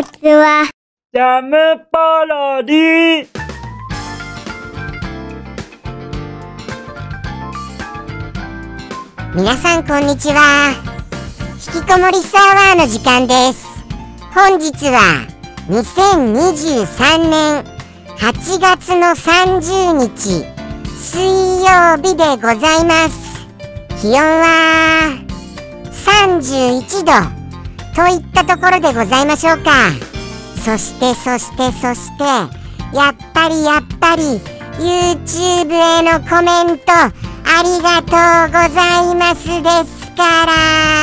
ちは。 ジャムパロディ。 皆さんこんにちは。引きこもりサワーの時間です。本日は2023年8月の30日水曜日でございます。気温は31度といったところでございましょうか。そしてやっぱり YouTube へのコメントありがとうございますですから、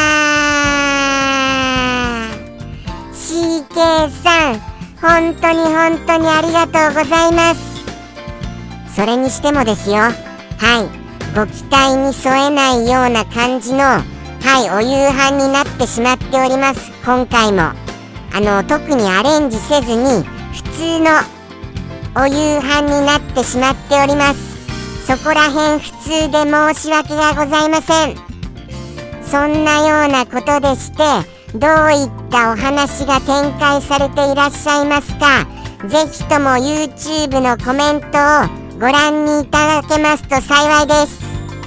CK さん本当にありがとうございます。それにしてもですよ、ご期待に添えないような感じのお夕飯になってしまっております。今回も特にアレンジせずに普通のお夕飯になってしまっております。そこら辺普通で申し訳がございません。そんなようなことでして、どういったお話が展開されていらっしゃいますか。ぜひとも YouTube のコメントをご覧にいただけますと幸いです。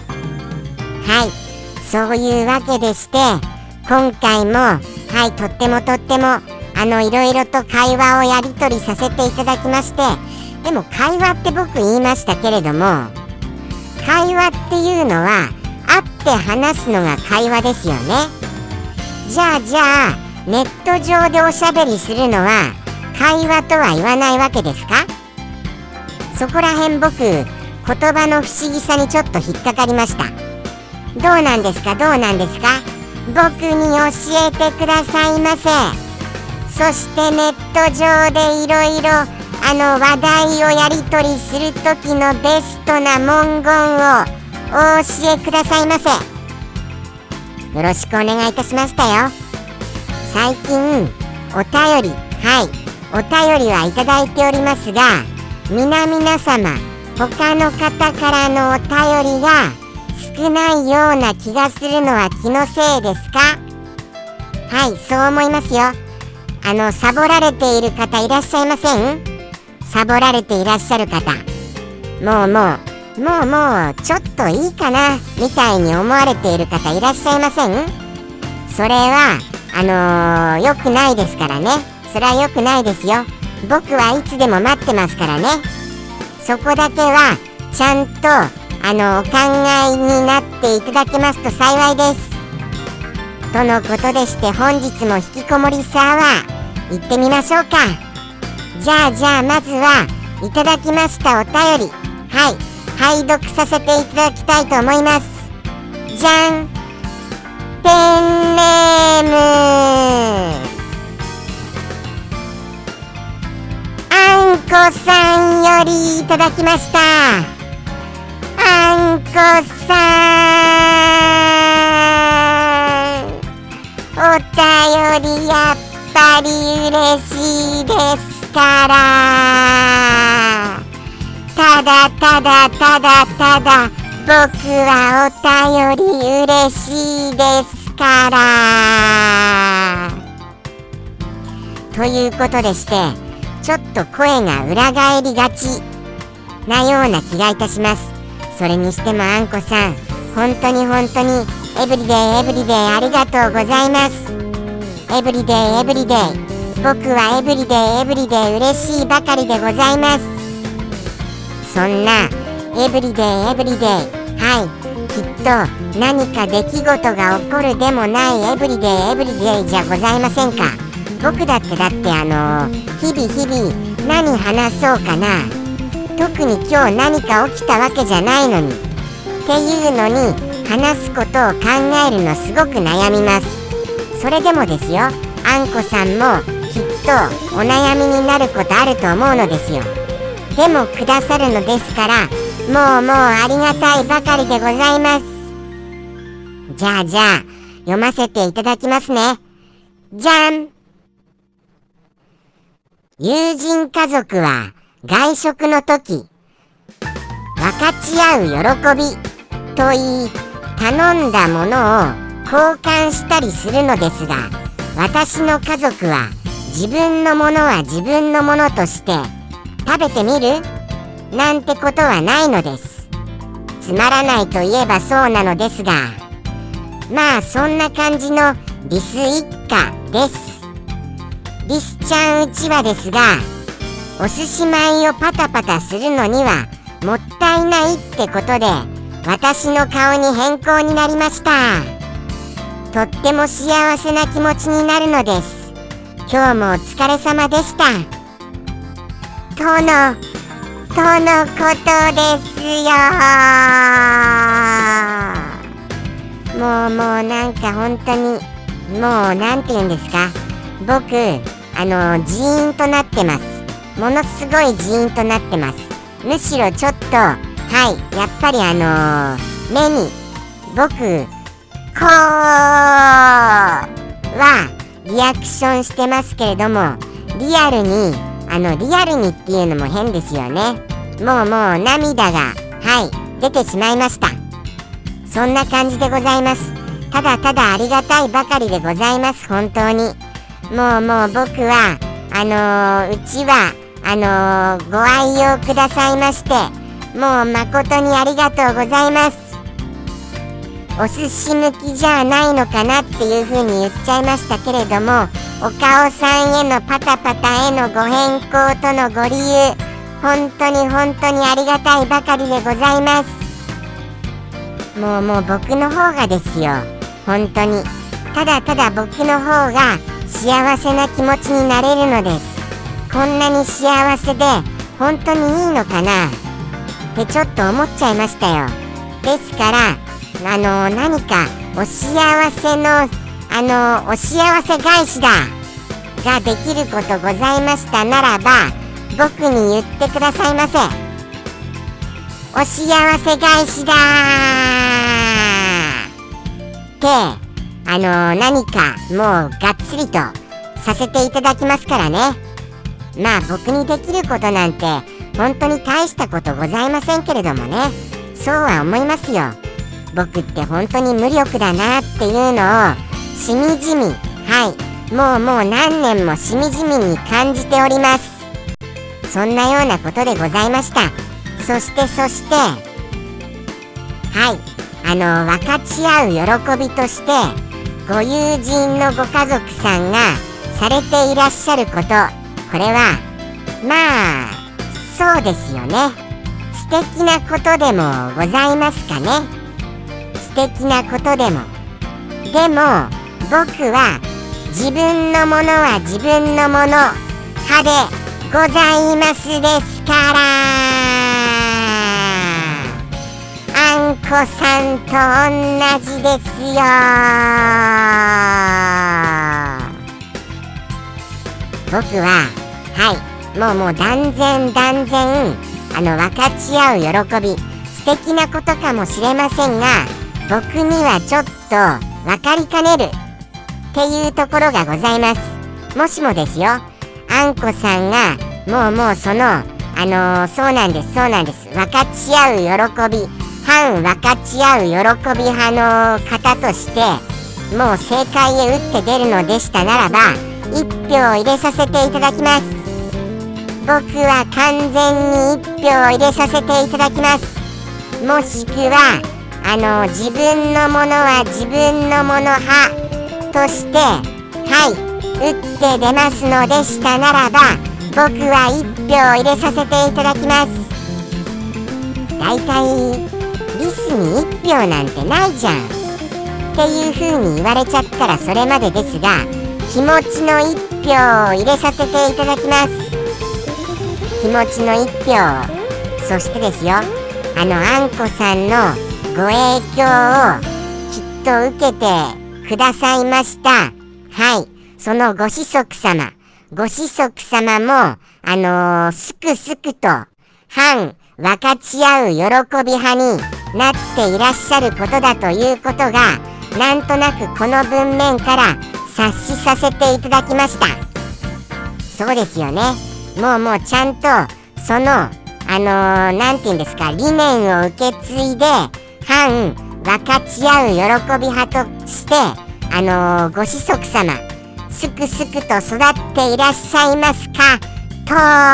そういうわけでして、今回もとってもいろいろと会話をやり取りさせていただきまして、でも会話って僕言いましたけれども、会話っていうのは会って話すのが会話ですよね。じゃあネット上でおしゃべりするのは会話とは言わないわけですか。そこら辺僕言葉の不思議さにちょっと引っかかりました。どうなんですか僕に教えてくださいませ。そしてネット上でいろいろ話題をやり取りする時のベストな文言をお教えくださいませ。よろしくお願いいたしましたよ。最近お便りはいただいておりますが、皆様他の方からのお便りが少ないような気がするのは気のせいですか。そう思いますよ。サボられている方いらっしゃいません？サボられていらっしゃる方、もうちょっといいかなみたいに思われている方いらっしゃいません？それは良くないですからね。それは良くないですよ。僕はいつでも待ってますからね。そこだけはちゃんとお考えになっていただけますと幸いです。とのことでして、本日も引きこもりサワー行ってみましょうか。じゃあまずはいただきましたお便り、拝読させていただきたいと思います。じゃん。ペンネームあんこさんよりいただきました。あんこさん、お便りやっぱり嬉しいですから、ただ僕はお便り嬉しいですから。ということでして、ちょっと声が裏返りがちなような気がいたします。それにしてもあんこさん、本当にエブリデイありがとうございます。エブリデイ僕はエブリデイ嬉しいばかりでございます。そんなエブリデイきっと何か出来事が起こるでもないエブリデイじゃございませんか。僕だって日々何話そうかな、特に今日何か起きたわけじゃないのにっていうのに話すことを考えるのすごく悩みます。それでもですよ、あんこさんもきっとお悩みになることあると思うのですよ。でもくださるのですから、もうありがたいばかりでございます。じゃあ読ませていただきますね。じゃん。友人家族は外食の時、分かち合う喜びと言い、頼んだものを交換したりするのですが、私の家族は自分のものは自分のものとして食べてみるなんてことはないのです。つまらないといえばそうなのですが、まあそんな感じのリス一家です。リスちゃんうちわですが、お寿司米をパタパタするのにはもったいないってことで私の顔に変更になりました。とっても幸せな気持ちになるのです。今日もお疲れ様でした。とのことですよ。もうなんか本当にもうなんて言うんですか、僕ジーンとなってます。ものすごいジーンとなってます。むしろちょっとやっぱり目に僕こうはリアクションしてますけれども、リアルにっていうのも変ですよね。もう涙が出てしまいました。そんな感じでございます。ただただありがたいばかりでございます。本当にもう僕はうちはご愛用くださいましてもう誠にありがとうございます。お寿司向きじゃないのかなっていう風に言っちゃいましたけれども、お顔さんへのパタパタへのご変更とのご理由、本当にありがたいばかりでございます。もう僕の方がですよ、本当にただただ僕の方が幸せな気持ちになれるのです。こんなに幸せで本当にいいのかなってちょっと思っちゃいましたよ。ですから何かお幸せのお幸せ返しだができることございましたならば僕に言ってくださいませ。お幸せ返しだって何かもうがっつりとさせていただきますからね。まあ僕にできることなんて本当に大したことございませんけれどもね、そうは思いますよ。僕って本当に無力だなっていうのをしみじみもう何年もしみじみに感じております。そんなようなことでございました。そして分かち合う喜びとしてご友人のご家族さんがされていらっしゃること、これはまあそうですよね。素敵なことでもございますかね。素敵なことでも。でも僕は自分のものは自分のもの派でございますですから、あんこさんと同じですよ。僕はもう断然分かち合う喜び素敵なことかもしれませんが、僕にはちょっと分かりかねるっていうところがございます。もしもですよ、あんこさんがもうそのそうなんです分かち合う喜び反分かち合う喜び派の方としてもう正解へ打って出るのでしたならば1票入れさせていただきます。僕は完全に1票入れさせていただきます。もしくは自分のものは自分のもの派として打って出ますのでしたならば僕は1票入れさせていただきます。だいたいリスに1票なんてないじゃんっていう風に言われちゃったらそれまでですが、気持ちの1票を入れさせていただきます。気持ちの1票、そしてですよ、あんこさんのご影響をきっと受けてくださいました。そのご子息様もすくすくと反分かち合う喜び派になっていらっしゃることだということがなんとなくこの文面から察しさせていただきました。そうですよね。もうちゃんとそのなんて言うんですか、理念を受け継いで反分かち合う喜び派としてご子息様すくすくと育っていらっしゃいますかと。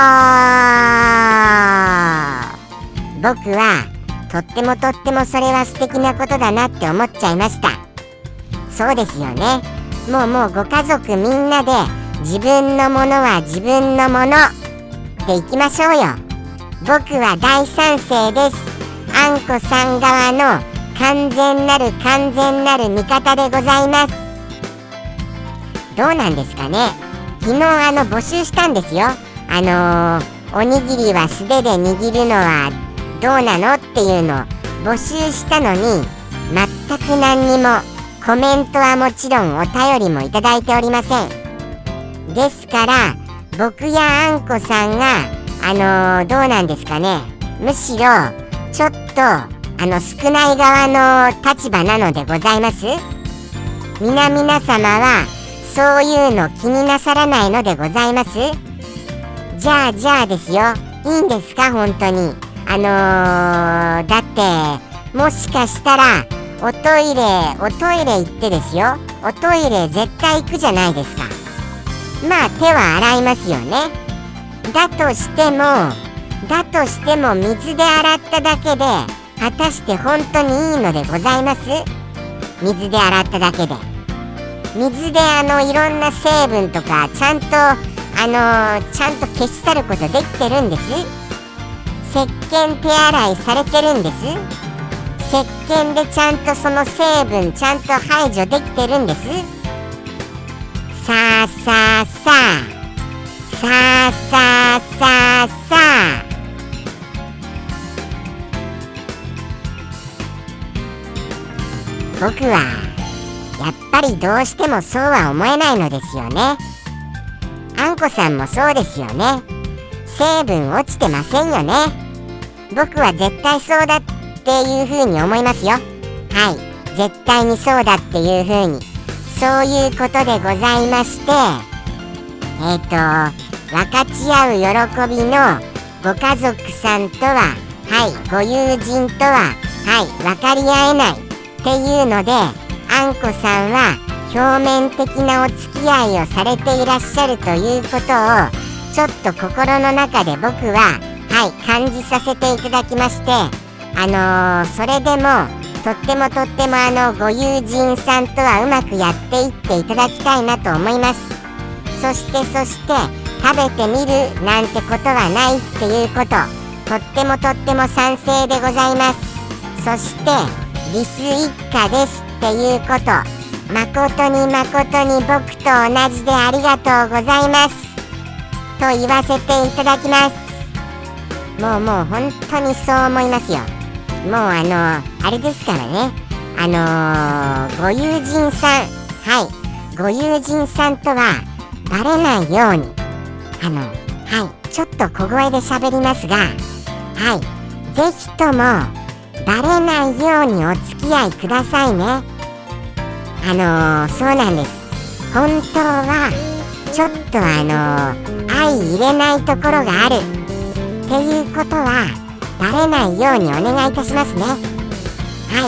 僕はとってもそれは素敵なことだなって思っちゃいました。そうですよね。もうご家族みんなで自分のものは自分のものでいきましょうよ。僕は大賛成です。あんこさん側の完全なる味方でございます。どうなんですかね。昨日募集したんですよ。おにぎりは素手で握るのはどうなのっていうのを募集したのに、全く何にもコメントはもちろんお便りもいただいておりません。ですから僕やあんこさんがどうなんですかね。むしろちょっと少ない側の立場なのでございます。皆様はそういうの気になさらないのでございます。じゃあですよ、いいんですか本当に。だってもしかしたらおトイレ行ってですよ、おトイレ絶対行くじゃないですか。まあ手は洗いますよね。だとしても水で洗っただけで果たして本当にいいのでございます？水で洗っただけで。水でいろんな成分とかちゃんと消し去ることできてるんです。石鹸手洗いされてるんです。石鹸でちゃんとその成分ちゃんと排除できてるんです。さあ僕はやっぱりどうしてもそうは思えないのですよね。あんこさんもそうですよね。成分落ちてませんよね。僕は絶対そうだっていう風に思いますよ。はい、絶対にそうだっていう風に、そういうことでございまして、分かち合う喜びのご家族さんとは、はい、ご友人とは、はい、分かり合えないっていうので、あんこさんは表面的なお付き合いをされていらっしゃるということをちょっと心の中で僕は、はい、感じさせていただきまして、それでもとってもご友人さんとはうまくやっていっていただきたいなと思います。そして食べてみるなんてことはないっていうこと、とっても賛成でございます。そしてリス一家ですっていうこと、誠に僕と同じでありがとうございますと言わせていただきます。もう本当にそう思いますよ。もうあれですからね、ご友人さん、はい、ご友人さんとはバレないようにはい、ちょっと小声で喋りますが、はい、ぜひともバレないようにお付き合いくださいね。そうなんです。本当はちょっと相入れないところがあるっていうことはバレないようにお願いいたしますね。はい、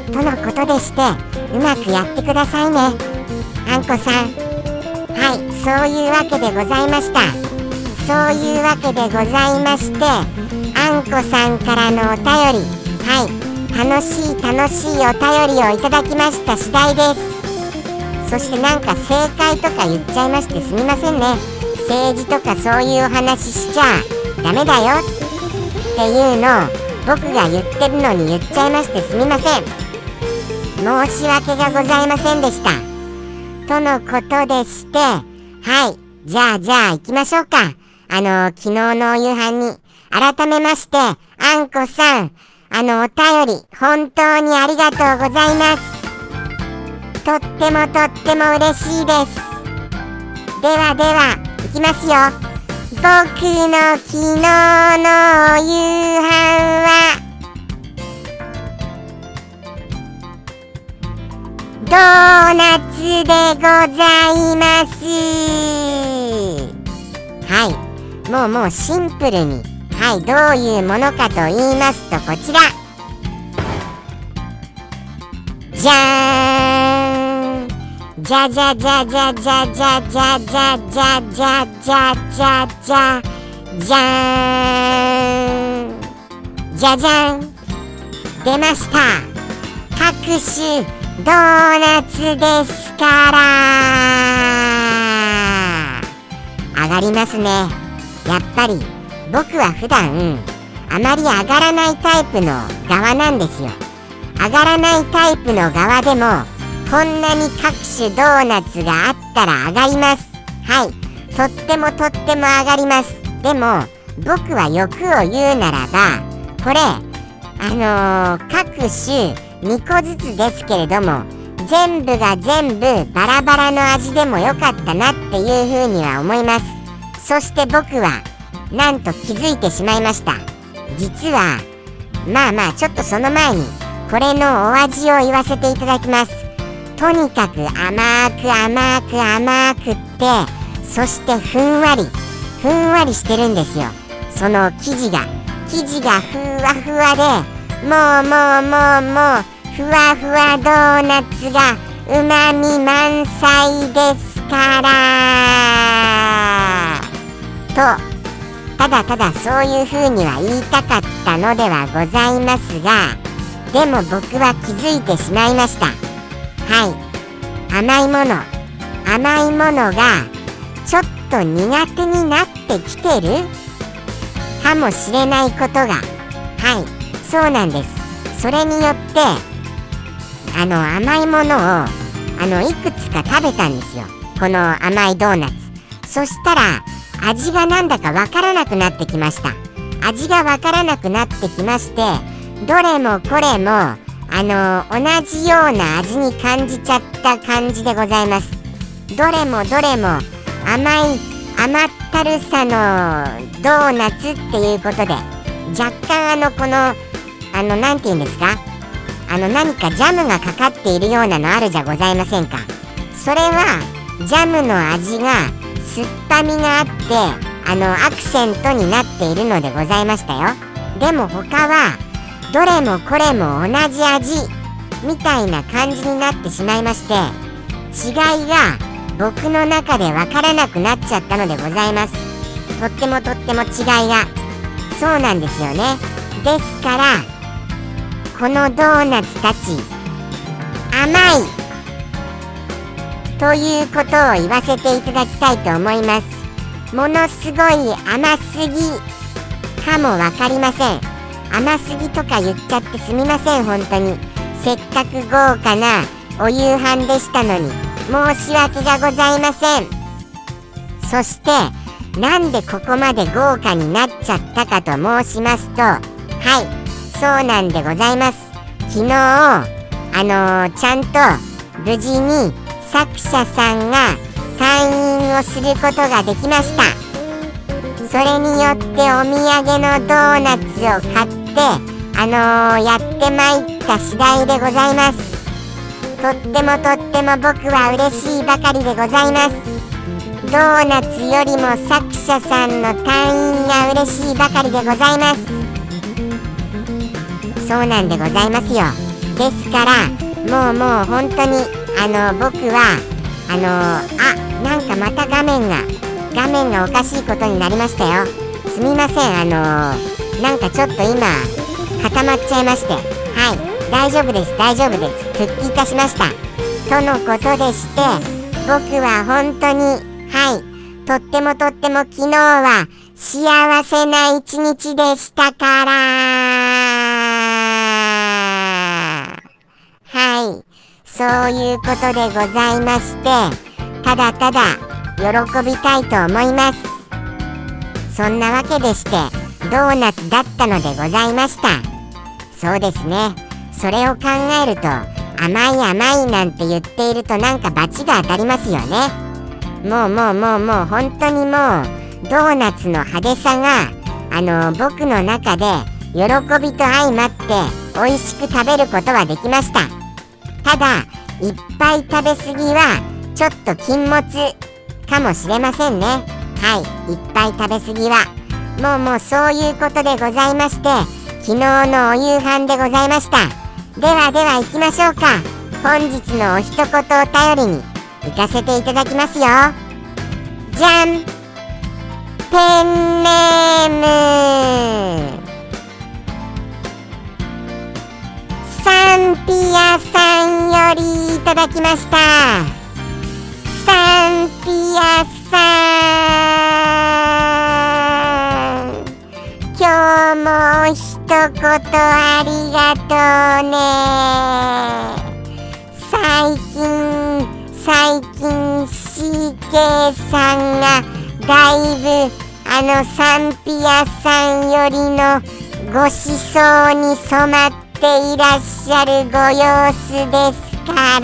とのことでして、うまくやってくださいね、あんこさん。はい、そういうわけでございました。そういうわけでございまして、あんこさんからのお便り、はい、楽しいお便りをいただきました次第です。そしてなんか正解とか言っちゃいましてすみませんね。政治とかそういうお話しちゃダメだよっていうのを僕が言ってるのに言っちゃいましてすみません。申し訳がございませんでしたとのことでして、はい、じゃあ行きましょうか。昨日のお夕飯に改めまして、あんこさんお便り本当にありがとうございます。とっても嬉しいです。では行きますよ。僕の昨日のお夕飯はドーナツでございます。はい、もうシンプルに、はい、どういうものかと言いますと、こちらじゃーん、 じゃじゃじゃじゃじゃじゃじゃじゃじゃじゃじゃじゃじゃじゃーん、じゃじゃん、出ました。各種ドーナツですから。上がりますね。やっぱり僕は普段あまり上がらないタイプの側なんですよ。上がらないタイプの側でもこんなに各種ドーナツがあったら上がります。はい、とってもとっても上がります。でも僕は欲を言うならば、これ各種2個ずつですけれども、全部が全部バラバラの味でもよかったなっていうふうには思います。そして僕はなんと気づいてしまいました。実はまあちょっとその前にこれのお味を言わせていただきます。とにかく甘く甘く甘くって、そしてふんわりしてるんですよ。その生地がふわふわで、もうふわふわドーナツがうまみ満載ですからと、ただただそういう風には言いたかったのではございますが、でも僕は気づいてしまいました。はい、甘いものがちょっと苦手になってきてるかもしれないことが、はい、そうなんです。それによって甘いものをいくつか食べたんですよ、この甘いドーナツ。そしたら味がなんだかわからなくなってきました。味がわからなくなってきまして、どれもこれも同じような味に感じちゃった感じでございます。どれも甘ったるさのドーナツっていうことで、若干このなんていうんですか、何かジャムがかかっているようなのあるじゃございませんか。それはジャムの味が酸っぱみがあってアクセントになっているのでございましたよ。でも他はどれもこれも同じ味みたいな感じになってしまいまして、違いが僕の中でわからなくなっちゃったのでございます。とっても違いが、そうなんですよね。ですからこのドーナツたち甘いということを言わせていただきたいと思います。ものすごい甘すぎかもわかりません。甘すぎとか言っちゃってすみません。本当にせっかく豪華なお夕飯でしたのに申し訳がございません。そしてなんでここまで豪華になっちゃったかと申しますと、はい、そうなんでございます。昨日ちゃんと無事に作者さんが退院をすることができました。それによってお土産のドーナツを買ってやってまいった次第でございます。とっても僕は嬉しいばかりでございます。ドーナツよりも作者さんの退院が嬉しいばかりでございます。そうなんでございますよ。ですからもう本当に僕はなんかまた画面がおかしいことになりましたよ。すみません。なんかちょっと今固まっちゃいまして、はい、大丈夫です復帰いたしましたとのことでして、僕は本当にとっても昨日は幸せな一日でしたから、はい、そういうことでございまして、ただ喜びたいと思います。そんなわけでしてドーナツだったのでございました。そうですね、それを考えると甘いなんて言っているとなんか罰が当たりますよね。もう本当にもうドーナツの派手さが僕の中で喜びと相まって美味しく食べることはできました。ただいっぱい食べ過ぎはちょっと禁物かもしれませんね。はい、いっぱい食べ過ぎはもうそういうことでございまして、昨日のお夕飯でございました。では行きましょうか。本日のお一言お便りに行かせていただきますよ。じゃん。ペンネームサンピアさんよりいただきました。サンピアさん、今日も一言ありがとうね。最近 CK さんがだいぶサンピアさんよりのご思想に染まっていらっしゃるご様子ですから。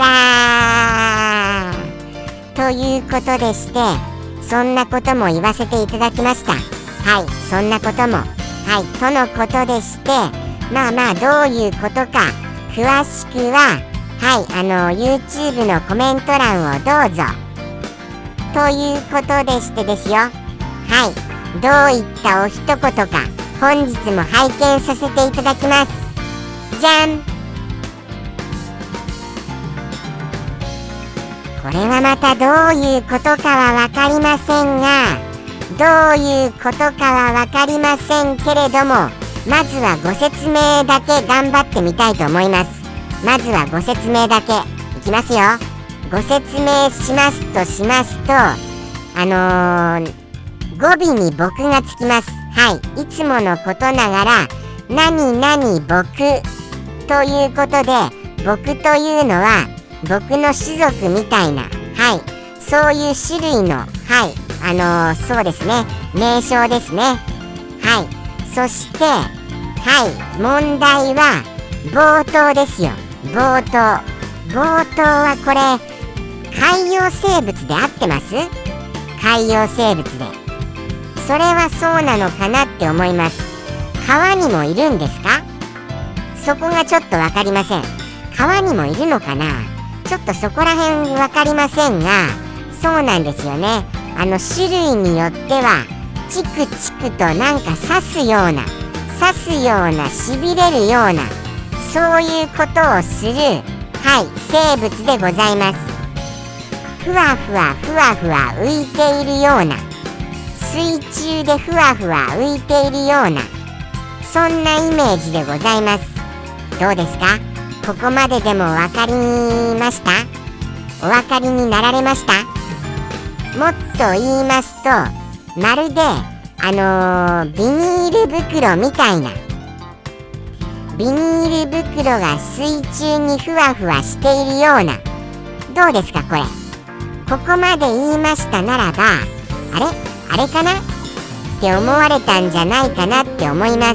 ということでして、そんなことも言わせていただきました。はい、そんなことも、はい、とのことでして、まあどういうことか詳しくは、はい、YouTube のコメント欄をどうぞ。ということでしてですよ。はい、どういったお一言か本日も拝見させていただきます。じゃん。これはまたどういうことかはわかりませんが、どういうことかはわかりませんけれども、まずはご説明だけ頑張ってみたいと思います。まずはご説明だけいきますよ。ご説明しますと語尾に僕がつきます。はい、いつものことながら何々僕ということで、僕というのは僕の種族みたいな、はい、そういう種類の、はい、そうですね、名称ですね。はい、そしてはい、問題は冒頭ですよ。冒頭はこれ海洋生物で合ってます？海洋生物で、それはそうなのかなって思います。川にもいるんですか？そこがちょっと分かりません。川にもいるのかな、ちょっとそこら辺分かりませんが、そうなんですよね。種類によってはチクチクとなんか刺すようなしびれるような、そういうことをする、はい、生物でございます。ふわふわ浮いているような、水中でふわふわ浮いているような、そんなイメージでございます。どうですか？ここまででも分かりました？お分かりになられました？もっと言いますと、まるでビニール袋みたいな、ビニール袋が水中にふわふわしているような、どうですかこれ。ここまで言いましたならば、あれかなって思われたんじゃないかなって思います。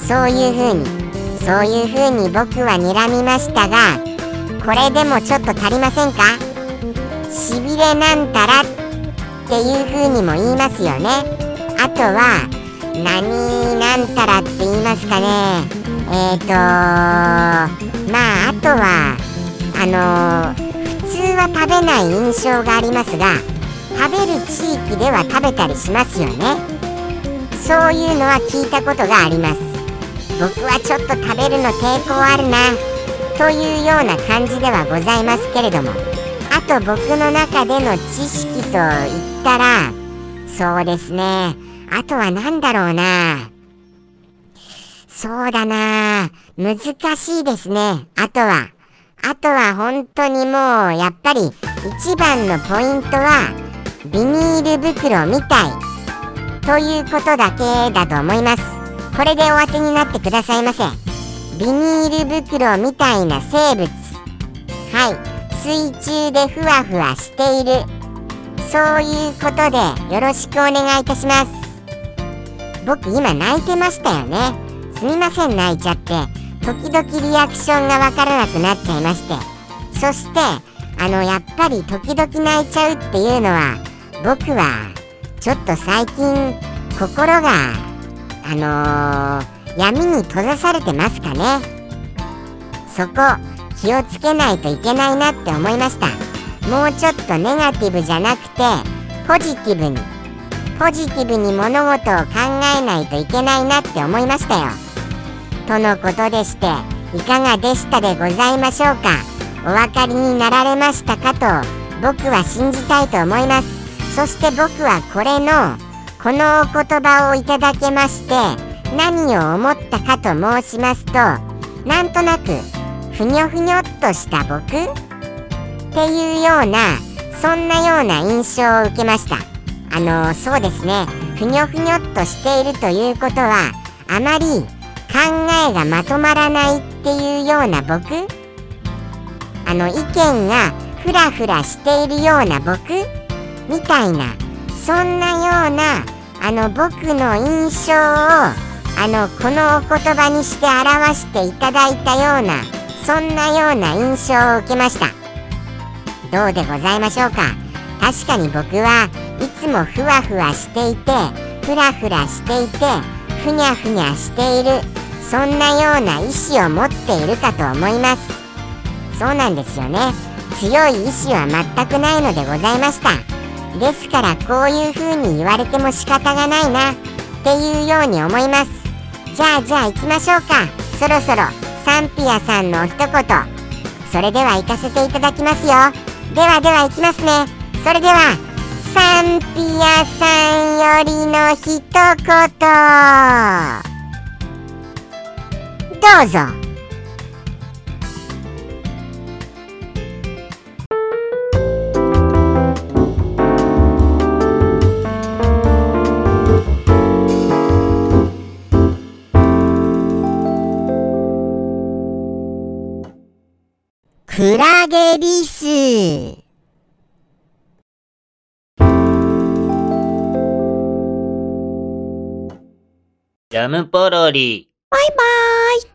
そういう風に僕は睨みましたが、これでもちょっと足りませんか？しびれなんたらっていう風にも言いますよね。あとは何なんたらって言いますかね。あとは普通は食べない印象がありますが、食べる地域では食べたりしますよね。そういうのは聞いたことがあります。僕はちょっと食べるの抵抗あるなというような感じではございますけれども、あと僕の中での知識といったら、そうですね、あとは何だろうな、そうだな、難しいですね。あとは本当にもうやっぱり一番のポイントはビニール袋みたいということだけだと思います。これでお当てになってくださいませ。ビニール袋みたいな生物、はい、水中でふわふわしている、そういうことでよろしくお願いいたします。僕今泣いてましたよね。すみません、泣いちゃって。時々リアクションがわからなくなっちゃいまして、そしてやっぱり時々泣いちゃうっていうのは、僕はちょっと最近心が闇に閉ざされてますかね。そこ気をつけないといけないなって思いました。もうちょっとネガティブじゃなくてポジティブに物事を考えないといけないなって思いましたよ。とのことでして、いかがでしたでございましょうか。お分かりになられましたかと僕は信じたいと思います。そして僕はこのお言葉をいただけまして何を思ったかと申しますと、なんとなくふにょふにょっとした僕っていうような、そんなような印象を受けました。そうですね、ふにょふにょっとしているということはあまり考えがまとまらないっていうような僕、意見がフラフラしているような僕みたいな、そんなような僕の印象をこのお言葉にして表していただいたような、そんなような印象を受けました。どうでございましょうか。確かに僕はいつもふわふわしていて、ふらふらしていて、ふにゃふにゃしている、そんなような意志を持っているかと思います。そうなんですよね。強い意志は全くないのでございました。ですからこういう風に言われても仕方がないなっていうように思います。じゃあ行きましょうか。そろそろサンピアさんのお一言、それでは行かせていただきますよ。では行きますね。それではサンピアさんよりの一言どうぞ。クラゲリス。 ジャムポロリ。 バイバーイ。